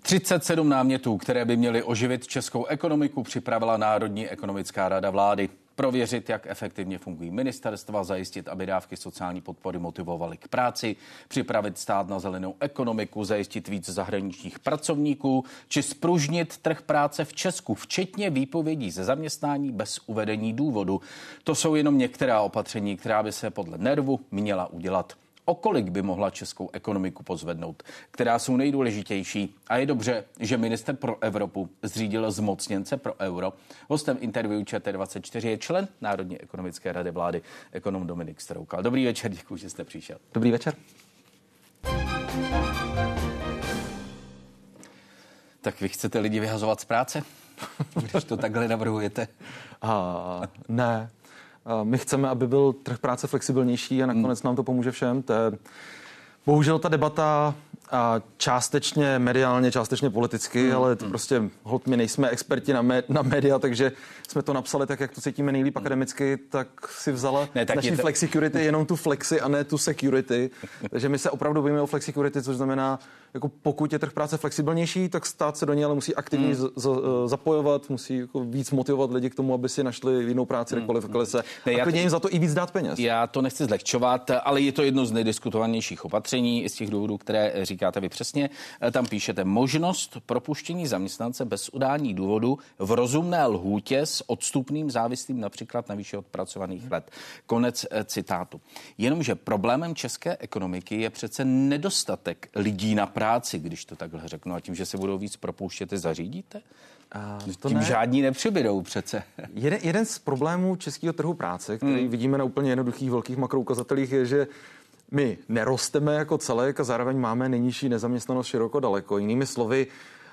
37 námětů, které by měly oživit českou ekonomiku, připravila Národní ekonomická rada vlády. Prověřit, jak efektivně fungují ministerstva, zajistit, aby dávky sociální podpory motivovaly k práci, připravit stát na zelenou ekonomiku, zajistit víc zahraničních pracovníků, či spružnit trh práce v Česku, včetně výpovědí ze zaměstnání bez uvedení důvodu. To jsou jenom některá opatření, která by se podle NERVu měla udělat. O kolik by mohla českou ekonomiku pozvednout, která jsou nejdůležitější. A je dobře, že ministr pro Evropu zřídil zmocněnce pro euro. Hostem interview ČT24 je člen Národní ekonomické rady vlády, ekonom Dominik Stroukal. Dobrý večer, děkuji, že jste přišel. Dobrý večer. Tak vy chcete lidi vyhazovat z práce, když to takhle navrhujete? Ne. My chceme, aby byl trh práce flexibilnější a nakonec nám to pomůže všem. Bohužel ta debata částečně mediálně, částečně politicky, ale to prostě holt my nejsme experti na média, takže jsme to napsali tak, jak to cítíme nejlíp akademicky, tak si vzala naší flexicurity jenom tu flexi a ne tu security. Takže my se opravdu bojíme o flexicurity, což znamená, jako pokud je trh práce flexibilnější, tak stát se do něj ale musí aktivně zapojovat, musí jako víc motivovat lidi k tomu, aby si našli jinou práci, rekvalifikovali se a klidně jim za to i víc dát peněz. Já to nechci zlehčovat, ale je to jedno z nejdiskutovanějších opatření z těch důvodů, které říkáte vy přesně. Tam píšete možnost propuštění zaměstnance bez udání důvodu v rozumné lhůtě s odstupným závislým například na výši odpracovaných let. Konec citátu. Jenomže problémem české ekonomiky je přece nedostatek lidí na práci, když to takhle řeknu, a tím, že se budou víc propouštět, zařídíte? Tím žádní nepřibydou přece. Jeden z problémů českého trhu práce, který vidíme na úplně jednoduchých velkých makroukazatelích, je, že my nerosteme jako celek a zároveň máme nejnižší nezaměstnanost široko daleko. Jinými slovy,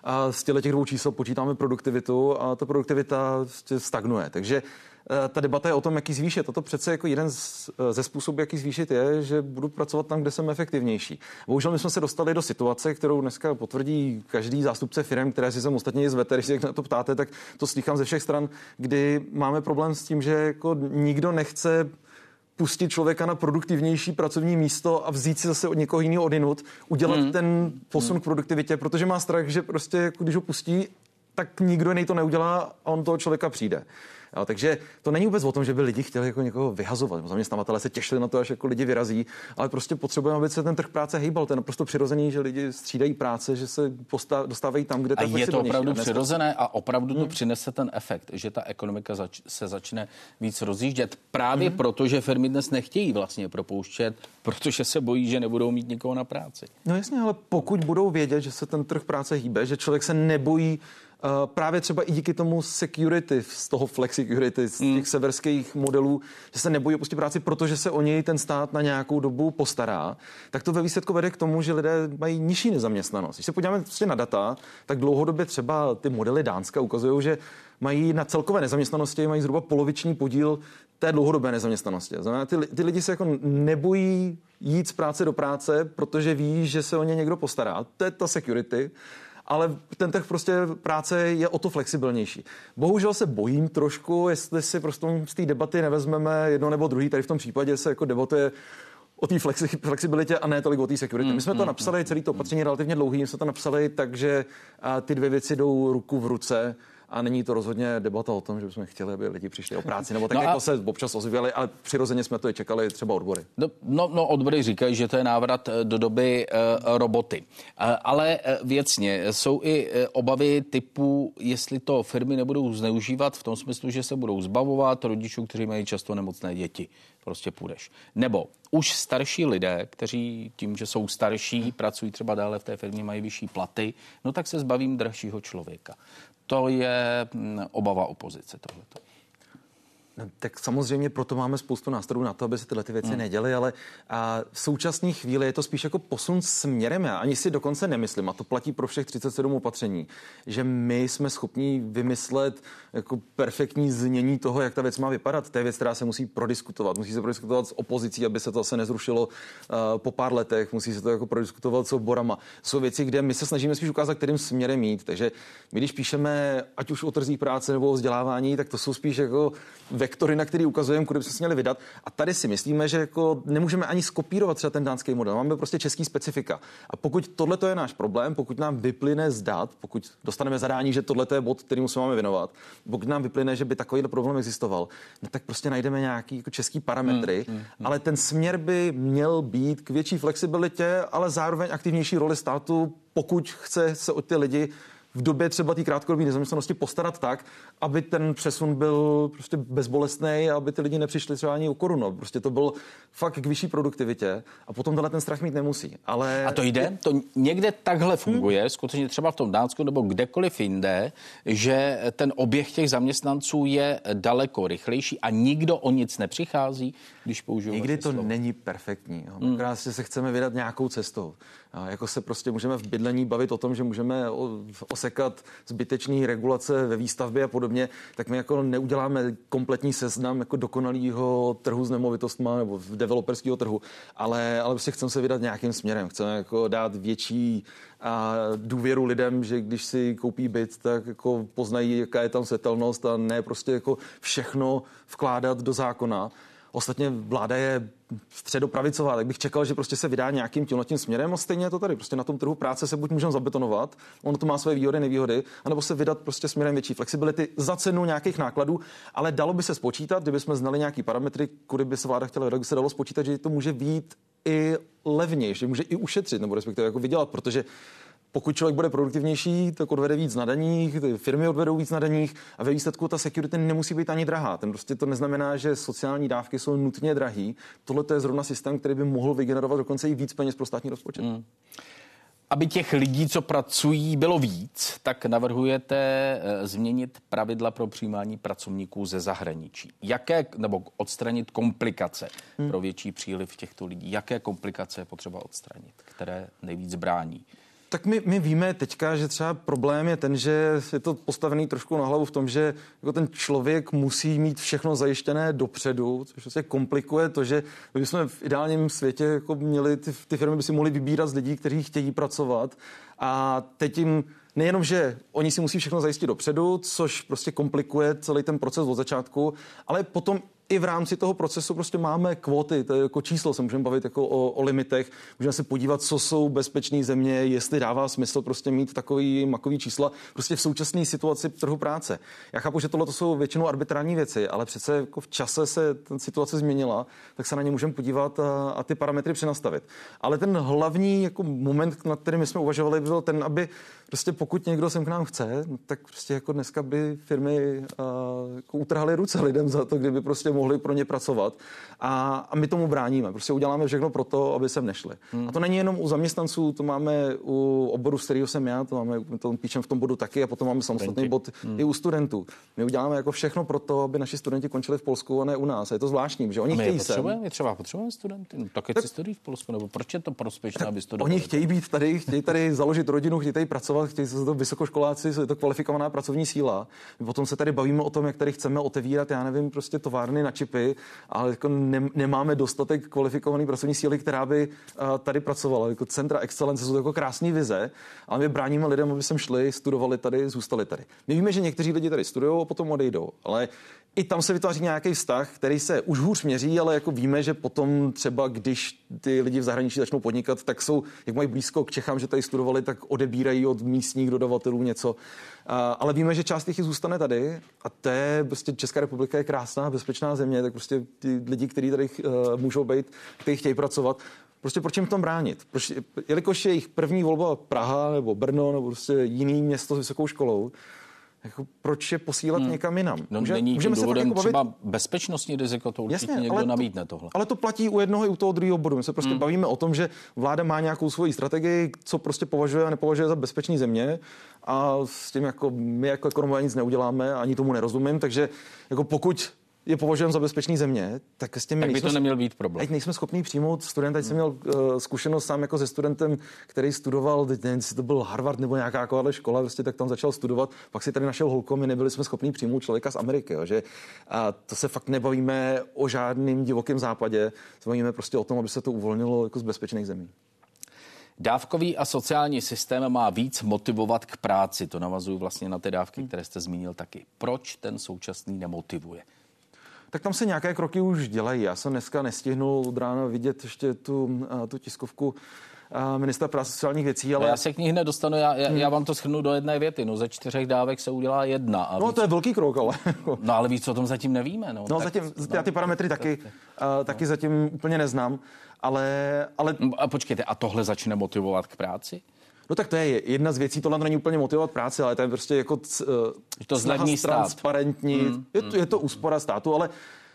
z těch dvou čísel počítáme produktivitu a ta produktivita stagnuje. Takže ta debata je o tom, jak ji zvýšit. A to přece jako jeden ze způsobů, jak ji zvýšit, je, že budu pracovat tam, kde jsem efektivnější. Bohužel my jsme se dostali do situace, kterou dneska potvrdí každý zástupce firem, které si sem ostatně zvete, když se na to ptáte, tak to slýchám ze všech stran, kdy máme problém s tím, že jako nikdo nechce pustit člověka na produktivnější pracovní místo a vzít si zase od někoho jiného odinut, udělat ten posun k produktivitě, protože má strach, že prostě jako když ho pustí, tak nikdo jiný to neudělá a on toho člověka přijde. Jo, takže to není vůbec o tom, že by lidi chtěli jako někoho vyhazovat. Zaměstnavatelé se těšili na to, až jako lidi vyrazí, ale prostě potřebujeme, aby se ten trh práce hejbal. To je naprosto přirozený, že lidi střídají práce, že se dostávají tam, kde to je flexibilnější. A je to opravdu přirozené a opravdu to přinese ten efekt, že ta ekonomika se začne víc rozjíždět. Právě proto, že firmy dnes nechtějí vlastně propouštět, protože se bojí, že nebudou mít nikoho na práci. No jasně, ale pokud budou vědět, že se ten trh práce hýbe, že člověk se nebojí právě třeba i díky tomu security, z toho flexicurity, z těch severských modelů, že se nebojí opustit práci, protože se o něj ten stát na nějakou dobu postará, tak to ve výsledku vede k tomu, že lidé mají nižší nezaměstnanost. Když se podíváme prostě na data, tak dlouhodobě třeba ty modely Dánska ukazují, že mají na celkové nezaměstnanosti mají zhruba poloviční podíl té dlouhodobé nezaměstnanosti. Znamená, ty lidi se jako nebojí jít z práce do práce, protože ví, že se o ně někdo postará. To je ta security. Ale ten trh prostě práce je o to flexibilnější. Bohužel se bojím trošku, jestli si prostě z té debaty nevezmeme jedno nebo druhý. Tady v tom případě se jako debatuje o té flexibilitě a ne tolik o té security. My jsme to napsali, celý to opatření relativně dlouhý, my jsme to napsali, takže ty dvě věci jdou ruku v ruce. A není to rozhodně debata o tom, že bychom chtěli, aby lidi přišli o práci, nebo tak, jako se občas ozvěli, ale přirozeně jsme to i čekali třeba odbory. No, odbory říkají, že to je návrat do doby roboty. Ale věcně jsou i obavy typu, jestli to firmy nebudou zneužívat v tom smyslu, že se budou zbavovat rodičů, kteří mají často nemocné děti. Prostě půjdeš. Nebo už starší lidé, kteří tím, že jsou starší, pracují třeba dále v té firmě, mají vyšší platy, no tak se zbavím dražšího člověka. To je obava opozice tohleto. No, tak samozřejmě proto máme spoustu nástrojů na to, aby se tyhle ty věci neděly, ale v současné chvíli je to spíš jako posun směrem. Já ani si dokonce nemyslím, a to platí pro všech 37 opatření, že my jsme schopni vymyslet jako perfektní znění toho, jak ta věc má vypadat. To je věc, která se musí prodiskutovat. Musí se prodiskutovat s opozicí, aby se to zase nezrušilo po pár letech. Musí se to jako prodiskutovat s odborama. Jsou věci, kde my se snažíme spíš ukázat, kterým směrem jít. Takže my, když píšeme ať už o trzích práce nebo o vzdělávání, tak to jsou spíš jako vektory, na který ukazujeme, kudy bychom se měli vydat. A tady si myslíme, že jako nemůžeme ani skopírovat třeba ten dánský model. Máme prostě český specifika. A pokud tohle je náš problém, pokud nám vyplyne z dat, pokud dostaneme zadání, že tohle je bod, kterému se máme věnovat, pokud nám vyplyne, že by takovýhle problém existoval, no tak prostě najdeme nějaký jako český parametry, ale ten směr by měl být k větší flexibilitě, ale zároveň aktivnější roli státu, pokud chce se o ty lidi v době třeba té krátkodobé nezaměstnanosti postarat tak, aby ten přesun byl prostě bezbolestný a aby ty lidi nepřišli třeba ani o korunu. Prostě to byl fakt k vyšší produktivitě a potom tenhle ten strach mít nemusí. Ale a to jde? To někde takhle funguje, skutečně třeba v tom Dánsku nebo kdekoliv jinde, že ten oběh těch zaměstnanců je daleko rychlejší a nikdo o nic nepřichází, když použiju nikdy to slovo. Není perfektní. Krásně se chceme vydat nějakou cestou. A jako se prostě můžeme v bydlení bavit o tom, že můžeme osekat zbytečný regulace ve výstavbě a podobně, tak my jako neuděláme kompletní seznam jako dokonalýho trhu s nemovitostma nebo developerského trhu, ale prostě chceme se vydat nějakým směrem. Chceme jako dát větší důvěru lidem, že když si koupí byt, tak jako poznají, jaká je tam světelnost a ne prostě jako všechno vkládat do zákona. Ostatně vláda je středopravicová, tak bych čekal, že prostě se vydá nějakým tímhletím směrem a stejně je to tady. Prostě na tom trhu práce se buď můžeme zabetonovat, ono to má své výhody, nevýhody, anebo se vydat prostě směrem větší flexibility za cenu nějakých nákladů, ale dalo by se spočítat, kdybychom znali nějaký parametry, kudy by se vláda chtěla vydat, by se dalo spočítat, že to může být i levněji, že může i ušetřit, nebo respektive jako vydělat, protože pokud člověk bude produktivnější, tak odvede víc na daních, ty firmy odvedou víc na daních a ve výsledku ta security nemusí být ani drahá. Ten prostě to neznamená, že sociální dávky jsou nutně drahý. Tohle je zrovna systém, který by mohl vygenerovat dokonce i víc peněz pro státní rozpočet. Aby těch lidí, co pracují, bylo víc, tak navrhujete změnit pravidla pro přijímání pracovníků ze zahraničí. Nebo odstranit komplikace pro větší příliv těchto lidí? Jaké komplikace je potřeba odstranit, které nejvíc brání? Tak my víme teďka, že třeba problém je ten, že je to postavený trošku na hlavu v tom, že jako ten člověk musí mít všechno zajištěné dopředu, což se komplikuje to, že my bychom v ideálním světě jako měli, ty firmy by si mohly vybírat z lidí, kteří chtějí pracovat a teď jim nejenom, že oni si musí všechno zajistit dopředu, což prostě komplikuje celý ten proces od začátku, ale potom i v rámci toho procesu prostě máme kvóty, to je jako číslo, se můžeme bavit jako o limitech, můžeme se podívat, co jsou bezpečné země, jestli dává smysl prostě mít makový čísla prostě v současné situaci trhu práce. Já chápu, že tohle to jsou většinou arbitrární věci, ale přece jako v čase se ta situace změnila, tak se na ně můžeme podívat a ty parametry přenastavit. Ale ten hlavní jako moment, nad kterým jsme uvažovali, byl ten, aby prostě pokud někdo sem k nám chce, tak prostě jako dneska by firmy jako utrhaly ruce lidem za to, kdyby prostě mohli pro ně pracovat. A my tomu bráníme. Prostě uděláme všechno pro to, aby sem nešli. A to není jenom u zaměstnanců, to máme u oboru, z kterého jsem já, to píšem v tom bodu taky a potom máme samostatný bod i u studentů. My uděláme jako všechno pro to, aby naši studenti končili v Polsku a ne u nás. A je to zvláštní, že oni chtějí sem. My třeba potřebujeme studenty. No, tak si studují v Polsku, nebo proč je to prospěšné, aby studovali? Oni chtějí být tady, chtějí tady založit rodinu, chtějí tady pracovat, chtějí se to vysokoškoláci, je to kvalifikovaná pracovní síla. My potom se tady bavíme o tom, jak tady chceme otevírat, já nevím, prostě továrny na čipy, ale jako nemáme dostatek kvalifikované pracovní síly, která by tady pracovala. Jako centra excelence jsou to jako krásné vize, ale my bráníme lidem, aby sem šli, studovali tady, zůstali tady. My víme, že někteří lidi tady studují a potom odejdou, ale i tam se vytváří nějaký vztah, který se už hůř měří, ale jako víme, že potom třeba, když ty lidi v zahraničí začnou podnikat, tak jsou, jak mají blízko k Čechám, že tady studovali, tak odebírají od místních dodavatelů něco. Ale víme, že část těch zůstane tady a to je prostě Česká republika je krásná, bezpečná země, tak prostě ty lidi, kteří tady můžou být, kteří chtějí pracovat, prostě proč jim v tom bránit? Jelikož je jejich první volba Praha nebo Brno nebo prostě jiný město s vysokou školou, jako proč je posílat někam jinam? No, není tím důvodem třeba bezpečnostní riziko, to určitě někdo nabídne tohle. Ale to platí u jednoho i u toho druhého bodu. My se prostě bavíme o tom, že vláda má nějakou svoji strategii, co prostě považuje a nepovažuje za bezpečný země a s tím jako my jako ekonomové nic neuděláme, ani tomu nerozumím, takže jako pokud je považujeme za bezpečný země, tak s těmi tak by to neměl být problém. Teď nejsme schopní přijmout studenta. Teď jsem měl zkušenost sám jako se studentem, který studoval, nevím, jestli to byl Harvard nebo nějaká taková škola, prostě tak tam začal studovat, pak si tady našel holko, my nebyli jsme schopní přijmout člověka z Ameriky, jo, že a to se fakt nebavíme o žádným divokém západě, se bavíme prostě o tom, aby se to uvolnilo jako z bezpečných zemí. Dávkový a sociální systém má víc motivovat k práci. To navazuju vlastně na ty dávky, které jste zmínil taky. Proč ten současný nemotivuje? Tak tam se nějaké kroky už dělají. Já jsem dneska nestihnul od rána vidět ještě tu tiskovku ministra práce sociálních věcí, ale... Já se k ní hned dostanu, já vám to shrnu do jedné věty. No, ze 4 dávek se udělá 1. A no, to je velký krok, ale... No, ale víc o tom zatím nevíme. No zatím, já ty parametry taky zatím úplně neznám, ale... A počkejte, a tohle začne motivovat k práci? No tak to je jedna z věcí, tohle není úplně motivovat práci, ale to je prostě jako to zlevní stát. Transparentní, je to úspora státu, ale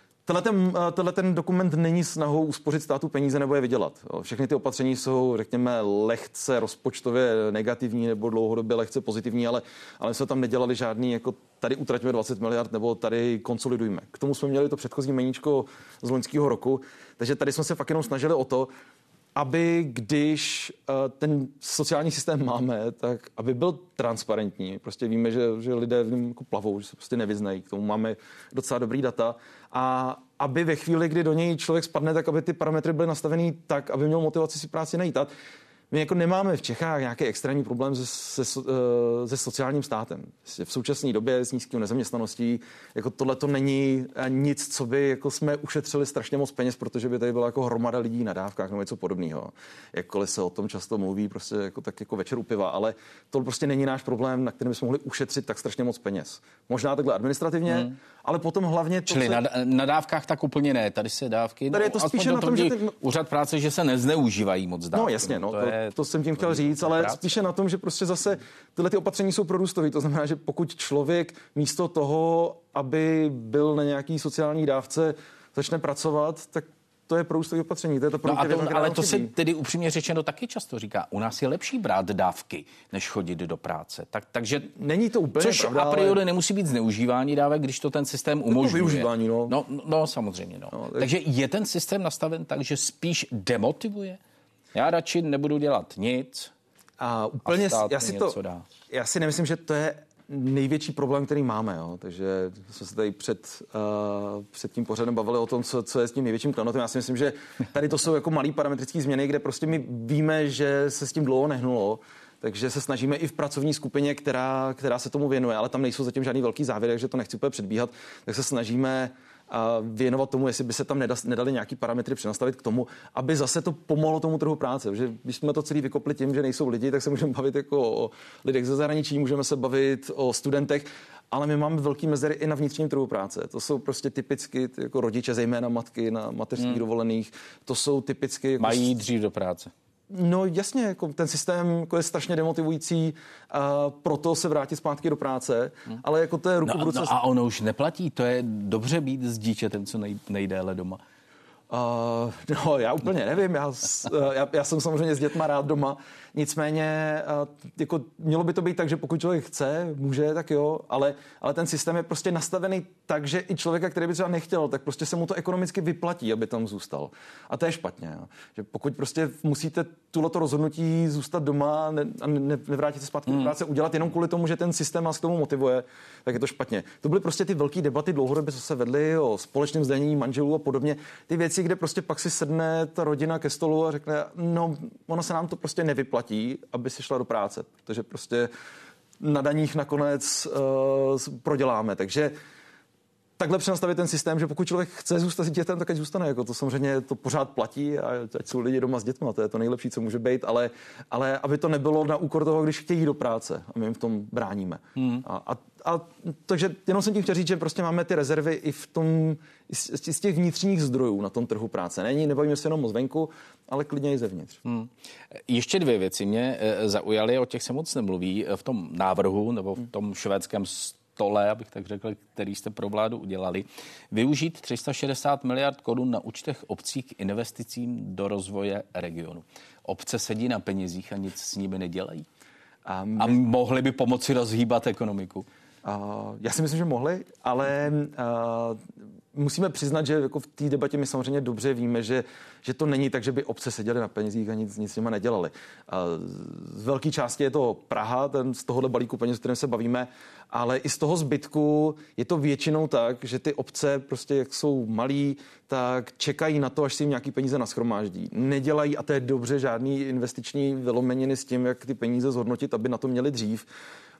tenhle ten dokument není snahou uspořit státu peníze nebo je vydělat. Všechny ty opatření jsou, řekněme, lehce rozpočtově negativní nebo dlouhodobě lehce pozitivní, ale jsme tam nedělali žádný, jako tady utratíme 20 miliard nebo tady konsolidujme. K tomu jsme měli to předchozí meníčko z loňského roku, takže tady jsme se fakt jenom snažili o to, aby když ten sociální systém máme, tak aby byl transparentní. Prostě víme, že lidé v něm jako plavou, že se prostě nevyznají. K tomu máme docela dobrý data. A aby ve chvíli, kdy do něj člověk spadne, tak aby ty parametry byly nastavený tak, aby měl motivaci si práci najít. My jako nemáme v Čechách nějaký extrémní problém se sociálním státem. V současné době s nízkou nezaměstnaností jako tohle to není nic, co by jako jsme ušetřili strašně moc peněz, protože by tady byla jako hromada lidí na dávkách nebo něco podobného. Jakkoliv se o tom často mluví, prostě jako, tak jako večer u piva, ale to prostě není náš problém, na kterém bychom mohli ušetřit tak strašně moc peněz. Možná takhle administrativně, ale potom hlavně... Čili na dávkách tak úplně ne, tady se dávky... Tady je to spíše na tom, že... Úřad práce, že se nezneužívají moc dávky. No jasně, to jsem tím chtěl říct, ale spíše na tom, že prostě zase tyhle ty opatření jsou prorůstový. To znamená, že pokud člověk místo toho, aby byl na nějaký sociální dávce, začne pracovat, tak to je prorůstový opatření. To je to ale to se tedy upřímně řečeno taky často říká. U nás je lepší brát dávky, než chodit do práce. Takže není to úplně což pravda, a priori nemusí být zneužívání dávek, když to ten systém umožňuje. Využívání, no samozřejmě. Takže je ten systém nastaven tak, že spíš demotivuje? Já radši nebudu dělat nic a úplně dá. Já si nemyslím, že to je největší problém, který máme. Jo. Takže jsme se tady před tím pořadem bavili o tom, co je s tím největším klenotem. Já si myslím, že tady to jsou jako malý parametrické změny, kde prostě my víme, že se s tím dlouho nehnulo. Takže se snažíme i v pracovní skupině, která se tomu věnuje, ale tam nejsou zatím žádný velký závěry, takže to nechci úplně předbíhat, tak se snažíme věnovat tomu, jestli by se tam nedali nějaký parametry přenastavit k tomu, aby zase to pomohlo tomu trhu práce. Protože když jsme to celý vykopli tím, že nejsou lidi, tak se můžeme bavit jako o lidech ze zahraničí, můžeme se bavit o studentech, ale my máme velký mezery i na vnitřním trhu práce. To jsou prostě typicky jako rodiče, zejména matky na mateřských dovolených. To jsou typicky... Jako mají jít dřív do práce. No jasně, jako ten systém jako je strašně demotivující, proto se vrátit zpátky do práce, ale jako to je ruku v ruce... No a ono už neplatí, to je dobře být s dítětem co nejdéle doma. No, já úplně nevím, já jsem samozřejmě s dětma rád doma, nicméně jako mělo by to být tak, že pokud člověk chce, může, tak jo, ale ten systém je prostě nastavený tak, že i člověka, který by třeba nechtěl, tak prostě se mu to ekonomicky vyplatí, aby tam zůstal. A to je špatně, jo. Že pokud prostě musíte tohleto rozhodnutí zůstat doma a nevrátit se zpátky do práce, udělat jenom kvůli tomu, že ten systém vás k tomu motivuje, tak je to špatně. To byly prostě ty velké debaty dlouhodobě, co se vedly o společném zdanění manželů a podobně. Ty věci, kde prostě pak si sedne ta rodina ke stolu a řekne, no, ono se nám to prostě nevyplatí, aby si šla do práce, protože prostě na daních nakonec proděláme. Takže takhle přenastavit ten systém, že pokud člověk chce zůstat s dětem, tak ať zůstane. Jako to samozřejmě to pořád platí a ať jsou lidi doma s dětmi, to je to nejlepší, co může být, ale aby to nebylo na úkor toho, když chtějí do práce a my jim v tom bráníme. Takže jenom jsem tím chtěl říct, že prostě máme ty rezervy i v tom, z těch vnitřních zdrojů na tom trhu práce. Nebavíme se jenom o zvenku, ale klidně i zevnitř. Ještě 2 věci mě zaujaly, o těch se moc nemluví v tom návrhu nebo v tom švédském stole, abych tak řekl, který jste pro vládu udělali. Využít 360 miliard korun na účtech obcí k investicím do rozvoje regionu. Obce sedí na penězích a nic s nimi nedělají. A mohli by pomoci rozhýbat ekonomiku. Já si myslím, že mohli, ale musíme přiznat, že jako v té debatě my samozřejmě dobře víme, že to není tak, že by obce seděly na penězích a nic s nimi nedělali. Z velké části je to Praha, z tohohle balíku peněz, o kterém se bavíme, ale i z toho zbytku je to většinou tak, že ty obce prostě jak jsou malí, tak čekají na to, až si jim nějaký peníze nashromáždí. Nedělají, a to je dobře, žádný investiční vylomeniny s tím, jak ty peníze zhodnotit, aby na to měli dřív.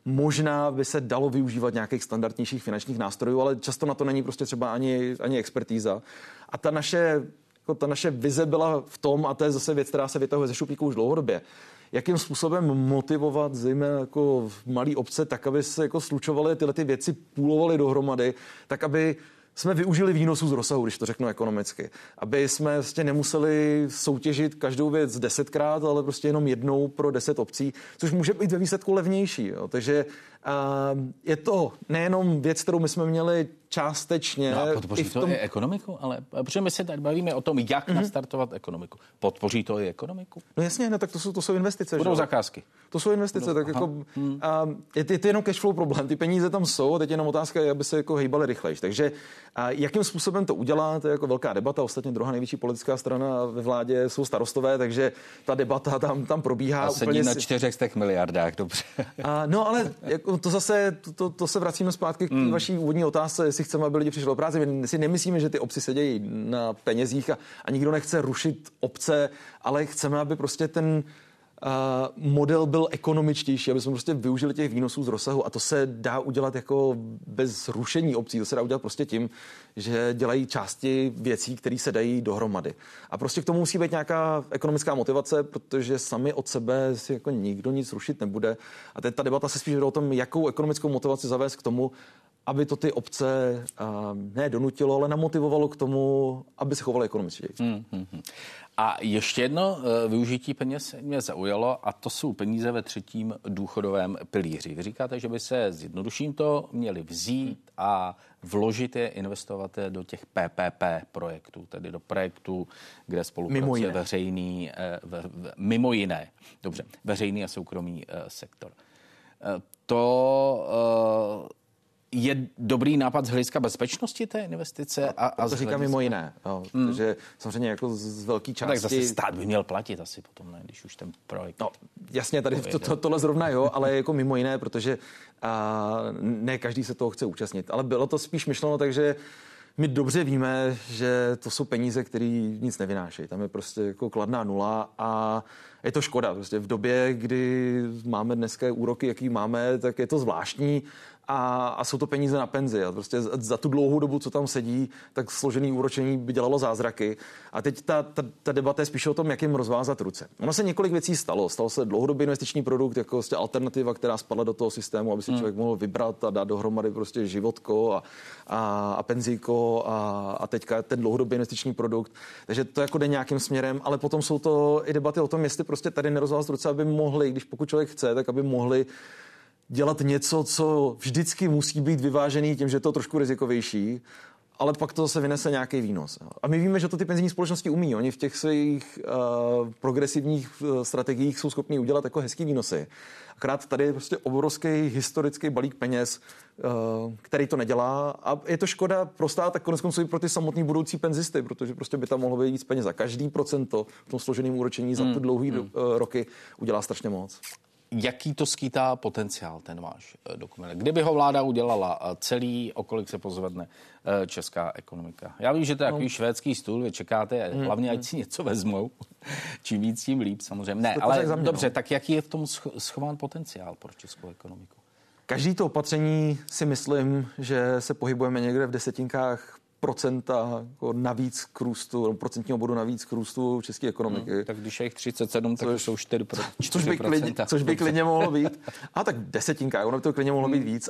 možná by se dalo využívat nějakých standardnějších finančních nástrojů, ale často na to není prostě třeba ani expertíza. A ta naše vize byla v tom, a to je zase věc, která se vytahuje ze šuplíku už dlouhodobě, jakým způsobem motivovat zejména jako malé obce tak, aby se jako slučovaly tyhle ty věci, půlovaly dohromady, tak aby jsme využili výnosů z rozsahu, když to řeknu ekonomicky. Aby jsme prostě nemuseli soutěžit každou věc 10krát, ale prostě jenom jednou pro 10 obcí, což může být ve výsledku levnější. Jo. Takže je to nejenom věc, kterou my jsme měli částečně. No a podpoří to i ekonomiku? Ale protože my se tady bavíme o tom, jak nastartovat ekonomiku. Podpoří to i ekonomiku? No jasně, no, tak to jsou investice. Budou zakázky. To jsou investice, tak jako je to jenom cashflow problém. Ty peníze tam jsou a teď jenom otázka je, aby se jako hejbaly rychleji. Takže jakým způsobem to udělat, to je jako velká debata. Ostatně druhá největší politická strana ve vládě jsou Starostové, takže ta debata tam probíhá. A sedí na 400 miliardách, dobře. No ale jako to se vracíme zpátky k vaší úvodní otázce, jestli chceme, aby lidi přišli do práce. My si nemyslíme, že ty obci sedějí na penězích a nikdo nechce rušit obce, ale chceme, aby prostě ten model byl ekonomičtější, aby jsme prostě využili těch výnosů z rozsahu a to se dá udělat jako bez rušení obcí, to se dá udělat prostě tím, že dělají části věcí, které se dají dohromady. A prostě k tomu musí být nějaká ekonomická motivace, protože sami od sebe si jako nikdo nic rušit nebude. A teď ta debata se spíš vede o tom, jakou ekonomickou motivaci zavést k tomu, aby to ty obce ne donutilo, ale namotivovalo k tomu, aby se chovaly ekonomičtěji. A ještě jedno využití peněz mě zaujalo a to jsou peníze ve třetím důchodovém pilíři. Vy říkáte, že by se zjednoduším to měli vzít a vložit je, investovat je do těch PPP projektů, tedy do projektů, kde spolupracuje mimo jiné, dobře, veřejný a soukromý sektor. To je dobrý nápad z hlediska bezpečnosti té investice? A to říkám mimo jiné. Protože samozřejmě jako z velké části... Tak zase stát by měl platit asi potom, ne, když už ten projekt... No, jasně, tady tohle zrovna jo, ale jako mimo jiné, protože ne každý se toho chce účastnit. Ale bylo to spíš myšleno tak, že my dobře víme, že to jsou peníze, které nic nevynášejí. Tam je prostě jako kladná nula a je to škoda. Prostě v době, kdy máme dneska úroky, jaký máme, tak je to zvláštní a jsou to peníze na penzi. A prostě za tu dlouhou dobu, co tam sedí, tak složený úročení by dělalo zázraky. A teď ta debata je spíše o tom, jak jim rozvázat ruce. Ono se několik věcí stalo. Stal se dlouhodobý investiční produkt, jako prostě alternativa, která spadla do toho systému, aby si člověk mohl vybrat a dát dohromady prostě životko a penzíko a teďka ten dlouhodobý investiční produkt. Takže to jako jde nějakým směrem, ale potom jsou to i debaty o tom, jestli prostě tady nerozvázat ruce, aby mohli, když pokud člověk chce, tak aby mohli dělat něco, co vždycky musí být vyvážený tím, že je to trošku rizikovější, ale pak to se vynese nějaký výnos. A my víme, že to ty penzijní společnosti umí. Oni v těch svých progresivních strategiích jsou schopni udělat jako hezký výnosy. Akorát tady je prostě obrovský historický balík peněz, který to nedělá a je to škoda pro stát a koneckonců i pro ty samotný budoucí penzisty, protože prostě by tam mohlo být víc peněz za každý procento v tom složeném úročení za ty dlouhý roky udělá strašně moc. Jaký to skýtá potenciál, ten váš dokument? Kdyby ho vláda udělala celý, o kolik se pozvedne česká ekonomika? Já vím, že to je takový švédský stůl, vy čekáte, hlavně ať si něco vezmou. Čím víc, tím líp samozřejmě. Ne, ale dobře, tak jaký je v tom schován potenciál pro českou ekonomiku? Každý to opatření si myslím, že se pohybujeme někde v desetinkách procenta jako navíc k růstu, procentního bodu navíc k růstu české ekonomiky. Tak když je jich 37, tak jsou 4%. Což by klidně mohlo být. A tak desetinka, ono by to klidně mohlo být víc,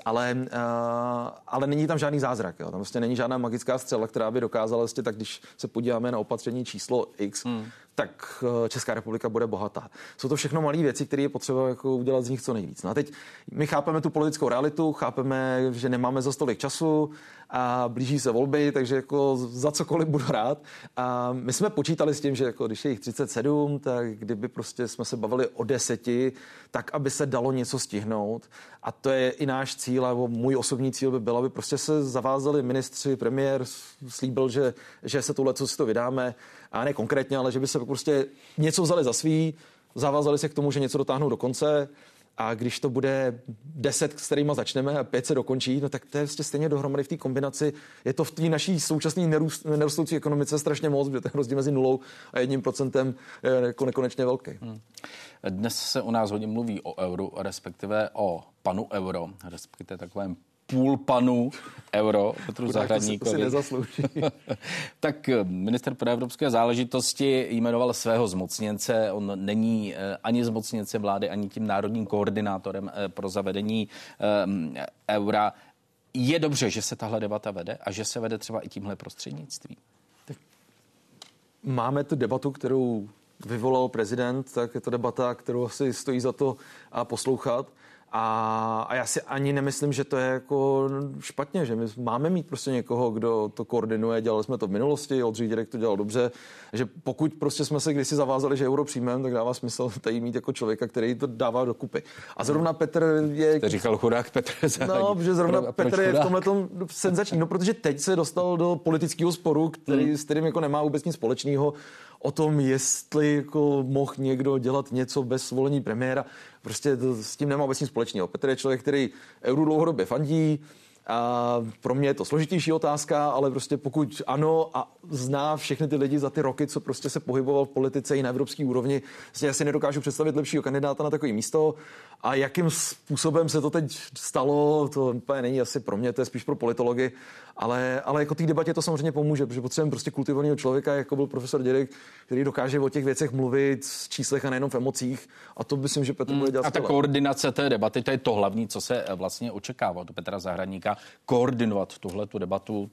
ale není tam žádný zázrak. Jo. Tam vlastně není žádná magická střela, která by dokázala, vlastně, tak když se podíváme na opatření číslo X, tak Česká republika bude bohatá. Jsou to všechno malé věci, které je potřeba jako udělat z nich co nejvíc. No a teď my chápeme tu politickou realitu, chápeme, že nemáme za tolik času a blíží se volby, takže jako za cokoliv budu rád. A my jsme počítali s tím, že jako když je jich 37, tak kdyby prostě jsme se bavili o 10, tak aby se dalo něco stihnout. A to je i náš cíl, nebo můj osobní cíl by byl, aby prostě se zavázali ministři, premiér slíbil, že se tohle co si to vydáme, a ne konkrétně, ale že by se prostě něco vzali za svý, zavázali se k tomu, že něco dotáhnou do konce A když to bude 10, s kterýma začneme a 5 se dokončí, no tak to je vlastně stejně dohromady v té kombinaci. Je to v té naší současné nerostoucí ekonomice strašně moc, kde ten rozdíl mezi 0 a 1% je jako nekonečně velký. Dnes se u nás hodně mluví o euru, respektive o panu euro, respektive takovém půl panu euro, Petru Zahradníkovi. To si nezaslouží. Tak minister pro evropské záležitosti jmenoval svého zmocněnce. On není ani zmocněncem vlády, ani tím národním koordinátorem pro zavedení eura. Je dobře, že se tahle debata vede a že se vede třeba i tímhle prostřednictvím? Máme tu debatu, kterou vyvolal prezident, tak je to debata, kterou asi stojí za to poslouchat. A já si ani nemyslím, že to je jako špatně, že my máme mít prostě někoho, kdo to koordinuje, dělali jsme to v minulosti, Oldřich Dědek to dělal dobře, že pokud prostě jsme se kdysi zavázali, že euro přijmeme, tak dává smysl tady mít jako člověka, který to dává dokupy. A zrovna Petr je... Jste říkal chudák Petr Zahradník. No, že zrovna Petr je v tomhletom senzační, no protože teď se dostal do politického sporu, s kterým jako nemá vůbec nic společného, o tom, jestli jako mohl někdo dělat něco bez svolení premiéra. Prostě s tím nemá vůbec nic společného. Petr je člověk, který euru dlouhodobě fandí. A pro mě je to složitější otázka, ale prostě pokud ano a zná všechny ty lidi za ty roky, co prostě se pohyboval v politice i na evropské úrovni, vlastně já si nedokážu představit lepšího kandidáta na takové místo. A jakým způsobem se to teď stalo, to úplně není asi pro mě, to je spíš pro politology, ale jako té debatě to samozřejmě pomůže, protože potřebujeme prostě kultivovaného člověka, jako byl profesor Dědek, který dokáže o těch věcech mluvit v číslech a nejenom v emocích. A to myslím, že Petr bude dělat. A ta koordinace té debaty, to je to hlavní, co se vlastně očekává od Petra Zahradníka, koordinovat tuhletu debatu,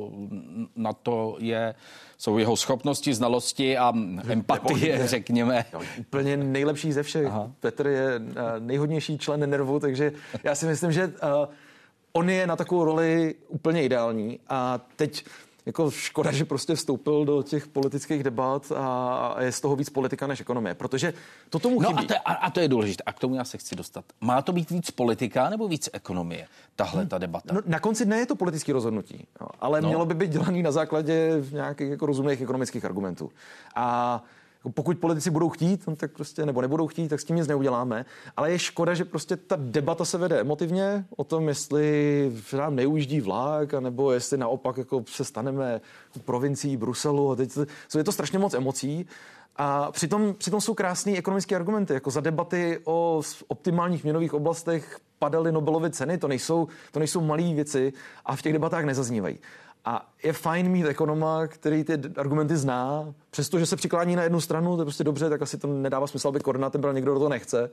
na to jsou jeho schopnosti, znalosti a empatie, řekněme. Úplně nejlepší ze všech. Aha. Petr je nejhodnější člen Nervu, takže já si myslím, že on je na takovou roli úplně ideální a teď jako škoda, že prostě vstoupil do těch politických debat a je z toho víc politika než ekonomie, protože to tomu chybí. A to je důležité. A k tomu já se chci dostat. Má to být víc politika nebo víc ekonomie, tahle ta debata? No, na konci dne je to politické rozhodnutí, ale mělo by být dělaný na základě nějakých jako rozumných ekonomických argumentů. A pokud politici budou chtít, tak prostě, nebo nebudou chtít, tak s tím nic neuděláme. Ale je škoda, že prostě ta debata se vede emotivně o tom, jestli nám neujíždí vlak, nebo jestli naopak jako se staneme provincií Bruselu. A teď je to strašně moc emocí. A přitom jsou krásné ekonomické argumenty, jako za debaty o optimálních měnových oblastech padaly Nobelovy ceny, to nejsou malé věci a v těch debatách nezaznívají. A je fajn mít ekonoma, který ty argumenty zná, přestože se přiklání na jednu stranu, to je prostě dobře, tak asi to nedává smysl, aby koordinátem byl někdo, kdo to nechce,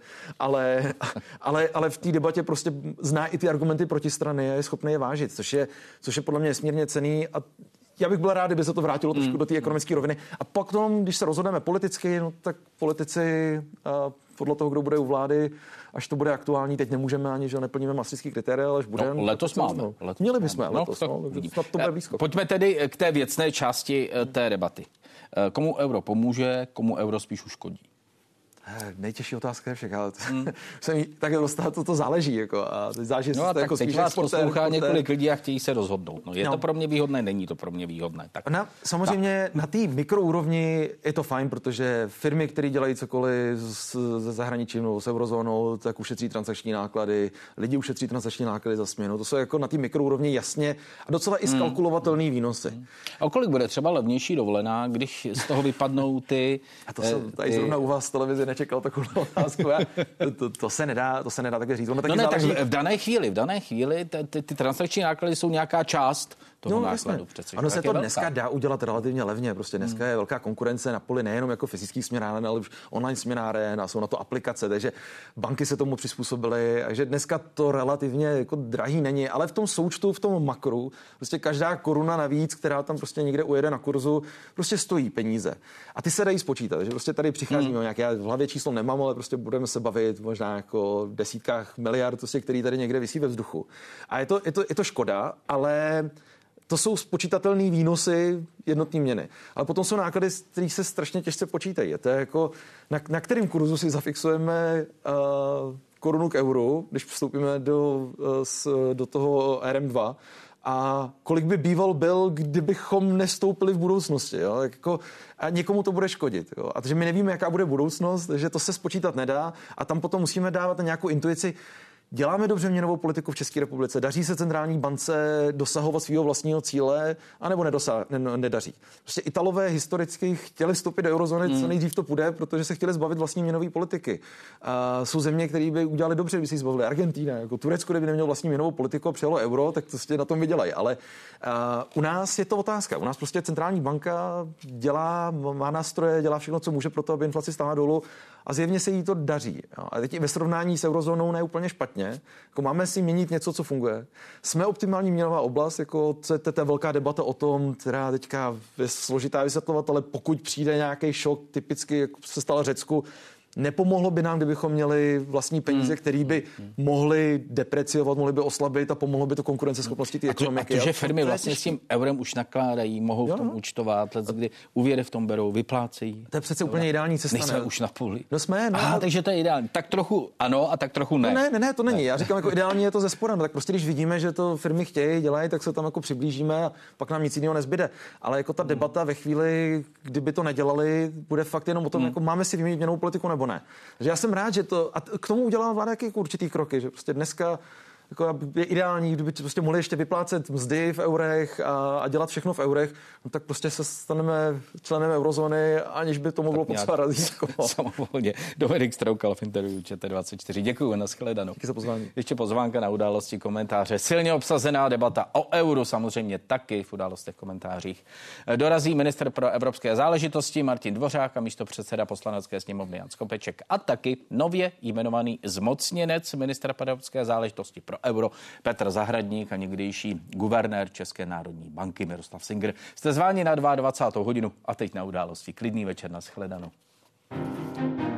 ale v té debatě prostě zná i ty argumenty protistrany a je schopný je vážit, což je podle mě nesmírně cenný a já bych byl rád, kdyby se to vrátilo trošku do té ekonomické roviny. A potom, když se rozhodneme politicky, no tak politici podle toho, kdo bude u vlády, až to bude aktuální, teď nemůžeme ani, že neplníme maastrichtské kritéria, ale až budeme. No, letos máme. Měli bychom letos. To bude blízko. Pojďme tedy k té věcné části té debaty. Komu euro pomůže, komu euro spíš uškodí? Nejtěžší otázka je však, ale tak dostat to záleží. Jako, a záleží no a tak jako teď vás poslouchá několik lidí a chtějí se rozhodnout. No, je to pro mě výhodné, není to pro mě výhodné. Tak. Samozřejmě na té mikroúrovni je to fajn, protože firmy, které dělají cokoliv ze zahraničím nebo s eurozónou, tak ušetří transakční náklady, lidi ušetří transakční náklady za směnu. To jsou jako na té mikroúrovni jasně a docela i skalkulovatelné výnosy. A kolik bude třeba levnější dovolená, když z toho vypadnou ty... A to jsem tady zrovna u vás v televizi nečekal takovou otázku. To se nedá také říct. Tak v dané chvíli ty transakční náklady jsou nějaká část toho nákladu. Přece, ano, se to dneska dá udělat relativně levně. Prostě dneska je velká konkurence na poli nejenom jako fyzických směnáren, ale už online směnáren a jsou na to aplikace, takže banky se tomu přizpůsobily, takže dneska to relativně jako drahý není, ale v tom součtu, v tom makru, prostě každá koruna navíc, která tam prostě někde ujede na kurzu, prostě stojí peníze. A ty se dají spočítat, že prostě tady přicházíme o nějaké, já v hlavě číslo nemám, ale prostě budeme se bavit možná jako desítkách miliard, prostě, který tady někde visí ve vzduchu. A je to škoda, ale to jsou spočítatelné výnosy jednotné měny. Ale potom jsou náklady, které se strašně těžce počítají. To je jako, na kterým kurzu si zafixujeme korunu k euru, když vstoupíme do toho RM2 a kolik by býval byl, kdybychom nestoupili v budoucnosti. Jo? Jako, a někomu to bude škodit. Jo? A takže my nevíme, jaká bude budoucnost, že to se spočítat nedá a tam potom musíme dávat nějakou intuici. Děláme dobře měnovou politiku v České republice? Daří se centrální bance dosahovat svého vlastního cíle, anebo nedaří? Prostě Italové historicky chtěli vstoupit do eurozóny, co nejdřív to půjde, protože se chtěli zbavit vlastní měnové politiky. Jsou země, které by udělali dobře, kdyby si zbavili. Argentina, jako Turecko, kdyby nemělo vlastní měnovou politiku a přijalo euro, tak to prostě na tom vydělají. Ale u nás je to otázka. U nás prostě centrální banka má nástroje, dělá všechno, co může pro to, aby inflaci stála dolů. A zjevně se jí to daří. Jo. A teď i ve srovnání s eurozónou ne úplně špatně. Jako máme si měnit něco, co funguje. Jsme optimální měnová oblast, jako to je velká debata o tom, která teďka je složitá vysvětlovat, ale pokud přijde nějaký šok, typicky jako se stalo Řecku, nepomohlo by nám, kdybychom měli vlastní peníze, které by mohly depreciovat, mohly by oslabit a pomohlo by to konkurenceschopnosti té ekonomiky. A to, že firmy vlastně s tím eurem už nakládají, mohou v tom účtovat, kdy úvěry v tom berou, vyplácejí. To je přece úplně ideální cesta. Nejsme už na půli. No jsme, no. Aha, takže to je ideální. Tak trochu ano a tak trochu ne. No ne, to není. Já říkám, jako ideální je to ze spora. No, tak prostě když vidíme, že to firmy chtějí, dělají, tak se tam jako přiblížíme a pak nám nic jiného nezbyde. Ale jako ta debata ve chvíli, kdyby to nedělali, bude fakt jenom o tom, jako máme si vyměnit měnovou politiku nebo ne. Takže já jsem rád, že to, a k tomu udělala vláda jaký určitý kroky, že prostě dneska jako je ideální, kdyby prostě mohli ještě vyplácet mzdy v eurech a dělat všechno v eurech, no tak prostě se staneme členem eurozóny, aniž by to mohlo potřeba razítko. Samovolně. Dominik Stroukal v interview ČT24. Děkuju, nashledanou. Díky za pozvání. Ještě pozvánka na Události, komentáře. Silně obsazená debata o euru, samozřejmě taky v Událostech, komentářích. Dorazí ministr pro evropské záležitosti Martin Dvořák a místopředseda Poslanecké sněmovny Jan Skopeček a taky nově jmenovaný zmocněnec ministra pro evropské záležitosti pro euro Petr Zahradník a někdejší guvernér České národní banky Miroslav Singer. Jste zváni na 22. hodinu a teď na Události. Klidný večer, nashledanou.